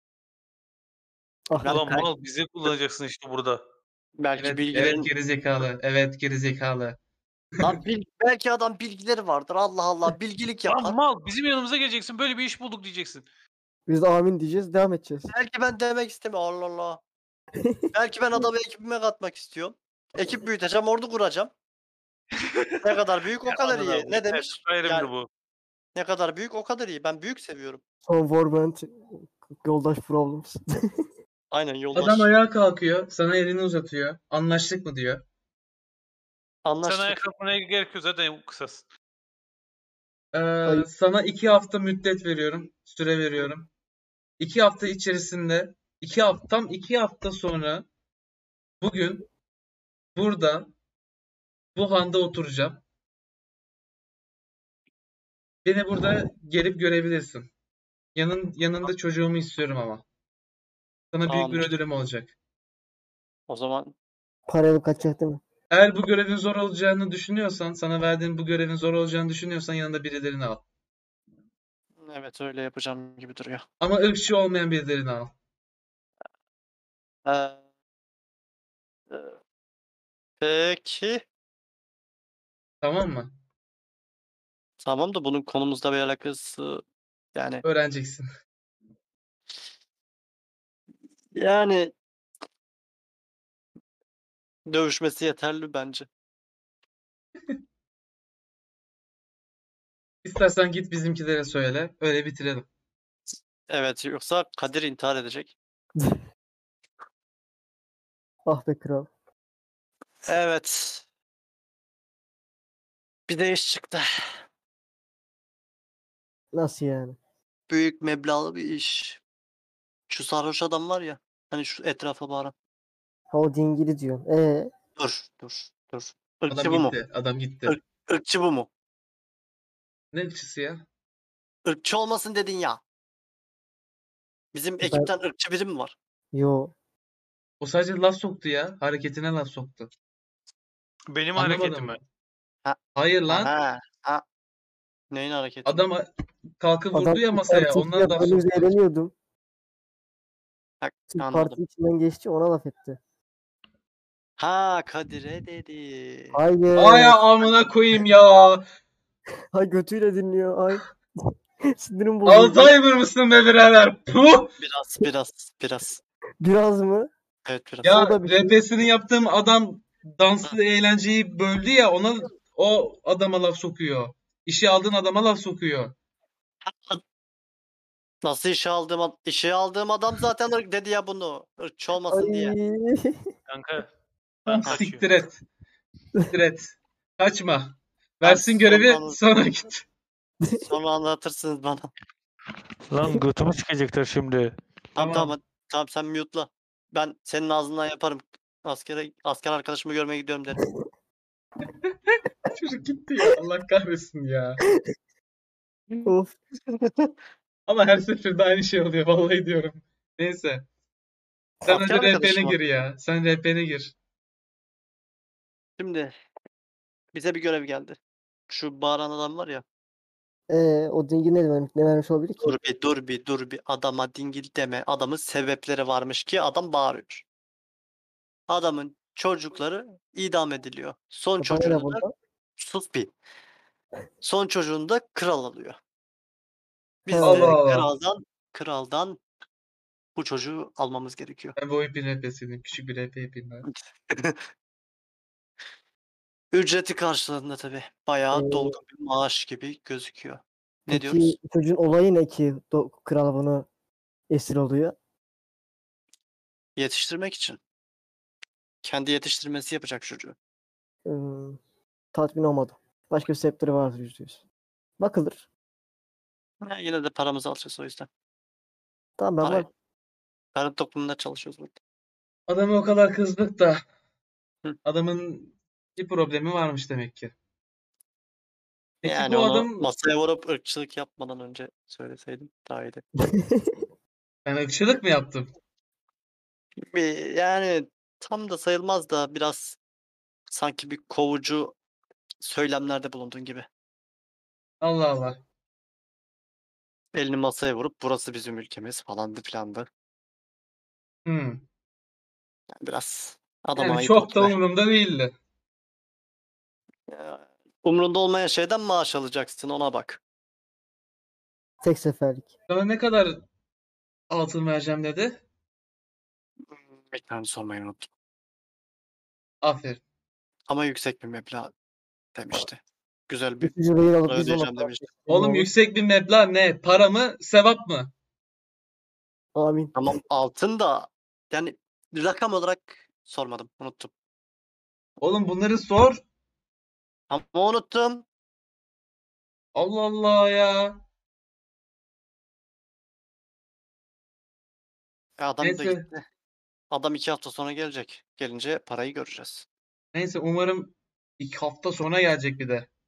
Ah, Ulan mal bizi kullanacaksın işte burada. Belki Evet, bilgilerin... evet gerizekalı. Evet gerizekalı. Lan belki adam bilgileri vardır. Allah Allah bilgilik yapar. Lan mal bizim yanımıza geleceksin böyle bir iş bulduk diyeceksin. biz de amin diyeceğiz devam edeceğiz. Belki ben demek istemiyorum. Allah Allah. Belki ben adamı ekibime katmak istiyorum. Ekip büyüteceğim, ordu kuracağım. Ne kadar büyük o kadar Anladın iyi. abi. Ne Evet, demiş? Skyrim'di Yani bu. ne kadar büyük o kadar iyi. Ben büyük seviyorum. Son Warband yoldaş problems. Aynen yoldaş. Adam ayağa kalkıyor. Sana elini uzatıyor. Anlaştık mı diyor. Sen Anlaştık. ayağa kalkmana gerek yok zaten kısas. Hayır. Sana 2 hafta müddet veriyorum. Süre veriyorum. 2 hafta içerisinde tam 2 hafta sonra bugün burada bu handa oturacağım. Beni burada gelip görebilirsin. Yanında çocuğumu istiyorum ama. Sana büyük bir Anlaştık. ödülüm olacak. O zaman Parayla kaçacak değil mi? Eğer bu görevin zor olacağını düşünüyorsan, sana verdiğim bu görevin zor olacağını düşünüyorsan yanında birilerini al. evet öyle yapacağım gibi duruyor. Ama ırkçı olmayan birilerini al. Ee, e, peki. Tamam mı? Tamam da bunun konumuzda bir alakası yani Öğreneceksin. Yani dövüşmesi yeterli bence. İstersen git bizimkilere söyle. Öyle bitirelim. Evet, yoksa Kadir intihar edecek. Ah be kral. Evet. Bir de iş çıktı. Nasıl yani? Büyük meblağlı bir iş. Şu sarhoş adam var ya. Hani şu etrafa bağıran. Ha o dingili diyorsun. Dur. Irkçı Adam bu mu? gitti. Adam gitti. Irkçı bu mu? Ne ilgisi ya? Irkçı olmasın dedin ya. Bizim ekipten ırkçı biri mi var? Yo. O sadece laf soktu ya. Hareketine laf soktu. Benim Anlamadım. hareketime. Hayır lan. Ha. Neyin hareketi? Adam kalkıp Adam vurdu ya masaya. parti Ondan içinde laf böyle soktu. eğleniyordum. Ha, Sırf anladım. parti içinden geçti ona laf etti. Ha, Kadir'e dedi. Hayır. Ay amına koyayım ya. Hay götüyle dinliyor. Ay. Sinirim bozuldu. Alzheimer mısın be birader? Puh! Biraz. Biraz mı? Evet, biraz. Ya O da bir şey. RP'sini yaptığım adam dansı eğlenceyi böldü ya, ona o adama laf sokuyor. İşi aldığın adama laf sokuyor. Nasıl işe aldığım adam zaten ırk dedi ya bunu. Irkçı olmasın diye. Ay. Kanka. Ben Siktir kaçıyorum. et. Siktir et. Kaçma. Versin görevi, sonra git. Sonra anlatırsınız bana. Lan götümü sikecekler şimdi. Tamam sen mute'la. Ben senin ağzından yaparım. Asker arkadaşımı görmeye gidiyorum derim. Çocuk gitti ya. Allah kahretsin ya. Of. Ama her seferinde aynı şey oluyor. Vallahi diyorum. Neyse. Sen Asker hadi arkadaşı RP'ne mı? gir ya. Sen RP'ne gir. Şimdi bize bir görev geldi. Şu bağıran adam var ya. O dingi ne vermiş olabilir ki? Dur bir. Adama dingil deme. Adamın sebepleri varmış ki adam bağırıyor. Adamın çocukları idam ediliyor. Son Bana ne çocuğunu da burada? sus bir. Son çocuğunu da kral alıyor. Biz He. de Allah Allah. kraldan bu çocuğu almamız gerekiyor. Ben bu bir RP'siydim. Küçük bir RP yapayım ben. Ücreti karşılığında tabii. Bayağı Ee, dolgun bir maaş gibi gözüküyor. Ne Peki diyoruz? çocuğun olayı ne ki kral bunu esir oluyor? Yetiştirmek için. Kendi yetiştirmesi yapacak çocuğu. Tatmin olmadı. Başka bir sebepleri vardır %100. Bakılır. Yine de paramızı alacağız o yüzden. Tamam ben Parayı. varım. Karın toplumunda çalışıyoruz burada. Adamı o kadar kızdık da Hı. adamın bir problemi varmış demek ki. Peki Yani bu onu adam, masaya vurup ırkçılık yapmadan önce söyleseydim daha iyiydi. ben ırkçılık mı yaptım? Yani tam da sayılmaz da biraz sanki bir kovucu söylemlerde bulundun gibi. Allah Allah. Elini masaya vurup burası bizim ülkemiz falandı filandı. Hmm. Yani biraz adama Yani ayıp çok oldu da be. umurumda değildi. Ya, umrunda olmayan şeyden maaş alacaksın ona bak. Tek seferlik. Sana ne kadar altın vereceğim dedi? Miktarını sormayı unuttum. Aferin. Ama yüksek bir meblağ demişti. Güzel bir Üçüncü rehin alıp para biz ona ödeyeceğim para demişti. verelim, ne Oğlum olur? yüksek bir meblağ ne? Para mı? Sevap mı? Amin. Tamam altın da yani rakam olarak sormadım. Unuttum. Oğlum bunları sor. Ama unuttum. Allah Allah ya. Adam da Neyse. gitti. Adam 2 hafta sonra gelecek. Gelince parayı göreceğiz. Neyse umarım 2 hafta sonra gelecek bir de.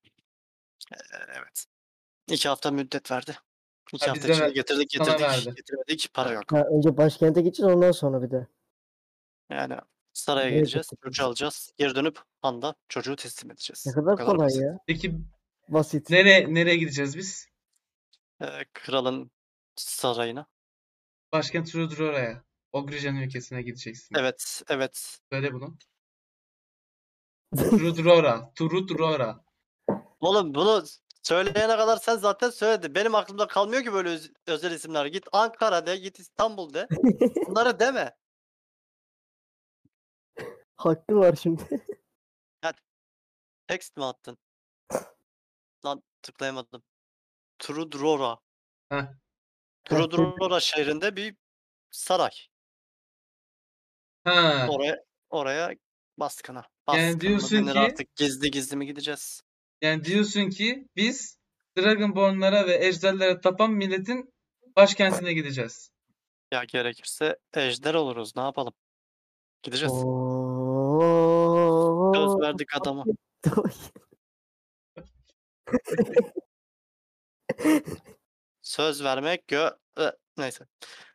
Evet. 2 hafta müddet verdi. 2 Ha, hafta bize içinde ver, sana verdi. getirmedik, para yok. Ha, önce başkente gideceğiz ondan sonra bir de. Yani saraya Evet, geleceğiz, evet. çocuğu alacağız, geri dönüp handa çocuğu teslim Ne edeceğiz. kadar Bu kadar kolay basit. ya. Peki Basit. nereye gideceğiz biz? Kralın sarayına. Başkent Rudrora'ya. Ogrijen ülkesine gideceksin. Evet. Söyle bunu. Rudrora. Rudrora. Oğlum bunu Söyleyene kadar sen zaten söyledin. Benim aklımda kalmıyor ki böyle özel isimler. Git Ankara de, git İstanbul de. Bunları deme. Hakkı var şimdi. Text mi attın? Lan tıklayamadım. Trudrora. Heh. Trudrora şehrinde bir saray. Ha. Oraya baskına. Yani Baskın mı diyorsun denir ki artık, gizli gizli mi gideceğiz? yani diyorsun ki biz Dragonborn'lara ve ejderlere tapan milletin başkentine gideceğiz. Ya gerekirse ejder oluruz. Ne yapalım? Gideceğiz. Söz Oo. verdik adama. Söz vermek neyse.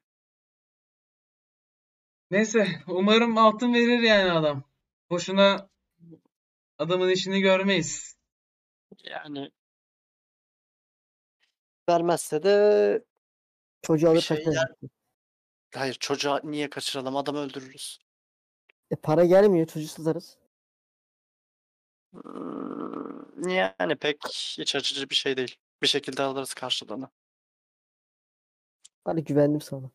Neyse umarım altın verir yani adam. Boşuna adamın işini görmeyiz. Yani vermezse de Çocuğu bir alır şeyler. kaçar. Hayır, çocuğa niye kaçıralım? Adamı öldürürüz. Para gelmiyor, çocuğu satarız. Yani pek iç açıcı bir şey değil. Bir şekilde alırız karşılığını. Hadi güvendim sana.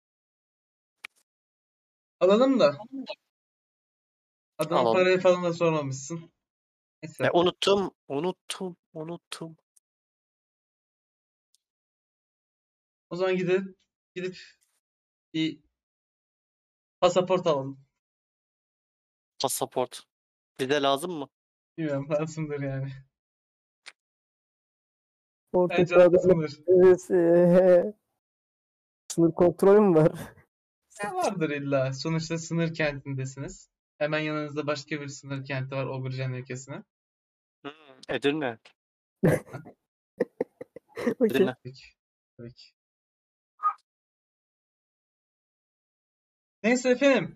Alalım da. Adama Alalım. parayı falan da sormamışsın. Neyse. Unuttum. O zaman gidip bir pasaport alalım. Pasaport. Bize lazım mı? Bilmiyorum lazımdır yani. Orta Bence çağda lazımdır. sınır kontrolü mü var? Ya vardır illa. Sonuçta sınır kentindesiniz. Hemen yanınızda başka bir sınır kenti var Oberjen ülkesine. Edirne. Okey. Edirne. Peki. Peki. Neyse efendim.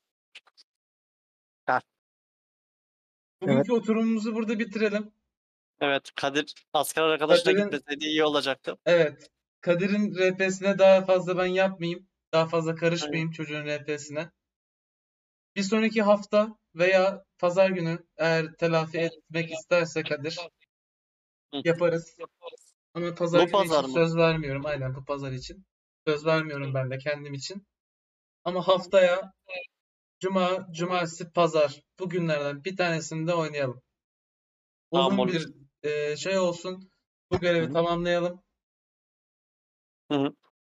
Ha. Bugünkü oturumumuzu burada bitirelim. Evet, Kadir asker arkadaşına Kadir'in- gitmeseydi iyi olacaktı. Evet. Kadir'in RP'sine daha fazla ben yapmayayım. Daha fazla karışmayayım çocuğun RP'sine. Bir sonraki hafta veya pazar günü eğer telafi etmek isterse Kadir yaparız. Ama pazar Bu günü pazar için mı? söz vermiyorum. Aynen bu pazar için. Söz vermiyorum ben de kendim için. Ama haftaya Cuma, Cumartesi, Pazar bu günlerden bir tanesinde oynayalım. Tamam, Uzun olur. bir şey olsun. Bu görevi tamamlayalım. Hı.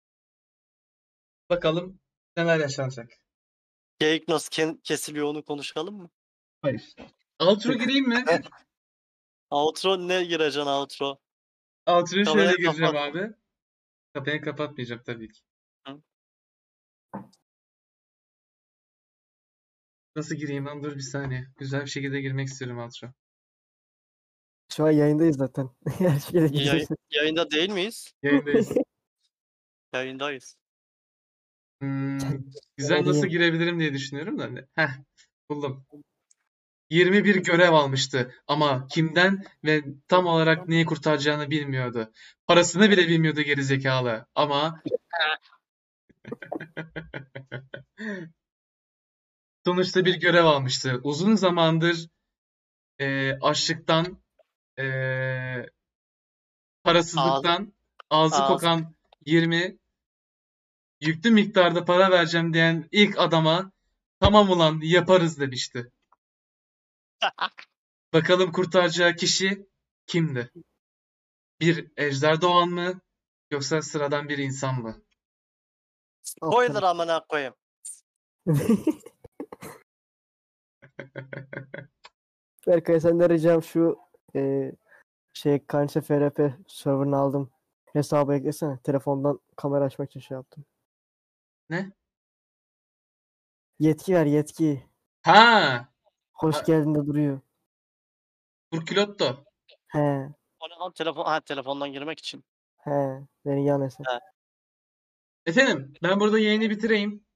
Bakalım neler yaşanacak. Geyik nasıl kesiliyor onu konuşalım mı? Hayır. Outro gireyim mi? Outro ne gireceksin outro? Outro'ya şöyle Kamerayı gireceğim kapat. abi. Kapıyı kapatmayacağım tabii ki. Hı. Nasıl gireyim lan? Dur bir saniye. Güzel bir şekilde girmek istiyorum outro. Şu an yayındayız zaten. Her şeyle gireceğiz. Yayında değil miyiz? Yayındayız. Yayındayız. Güzel nasıl girebilirim diye düşünüyorum da. Heh, buldum. 21 görev almıştı ama kimden ve tam olarak neyi kurtaracağını bilmiyordu. Parasını bile bilmiyordu gerizekalı. Ama sonuçta bir görev almıştı. Uzun zamandır açlıktan, parasızlıktan ağzı Ağzı- kokan 20 yüklü miktarda para vereceğim diyen ilk adama tamam ulan yaparız demişti. Bakalım kurtaracağı kişi kimdi? Bir ejder doğan mı yoksa sıradan bir insan mı? Spoiler amına koyayım. Berkay senden ricam şu Kanse FRP server'ını aldım. Hesabı eklesene. Telefondan kamera açmak için şey yaptım. Ne? Yetki ver yetki. Ha, Hoş geldin de duruyor. Burkilotto. He. O ne lan telefondan girmek için. He. Beni yan hesap. Efendim, ben burada yayını bitireyim.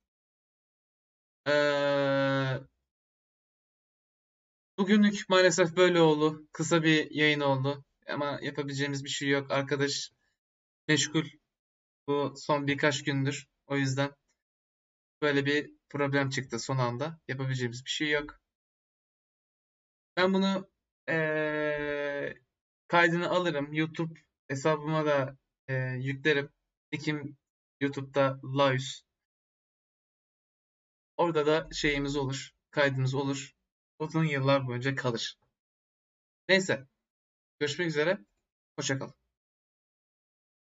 Bugünlük maalesef böyle oldu. Kısa bir yayın oldu. Ama yapabileceğimiz bir şey yok. Arkadaş meşgul bu son birkaç gündür. O yüzden böyle bir problem çıktı son anda. Yapabileceğimiz bir şey yok. Ben bunu kaydını alırım. YouTube hesabıma da yüklerim. Ekim YouTube'da Laus. Orada da şeyimiz olur. Kaydımız olur. Uzun yıllar boyunca kalır. Neyse. Görüşmek üzere. Hoşça kal.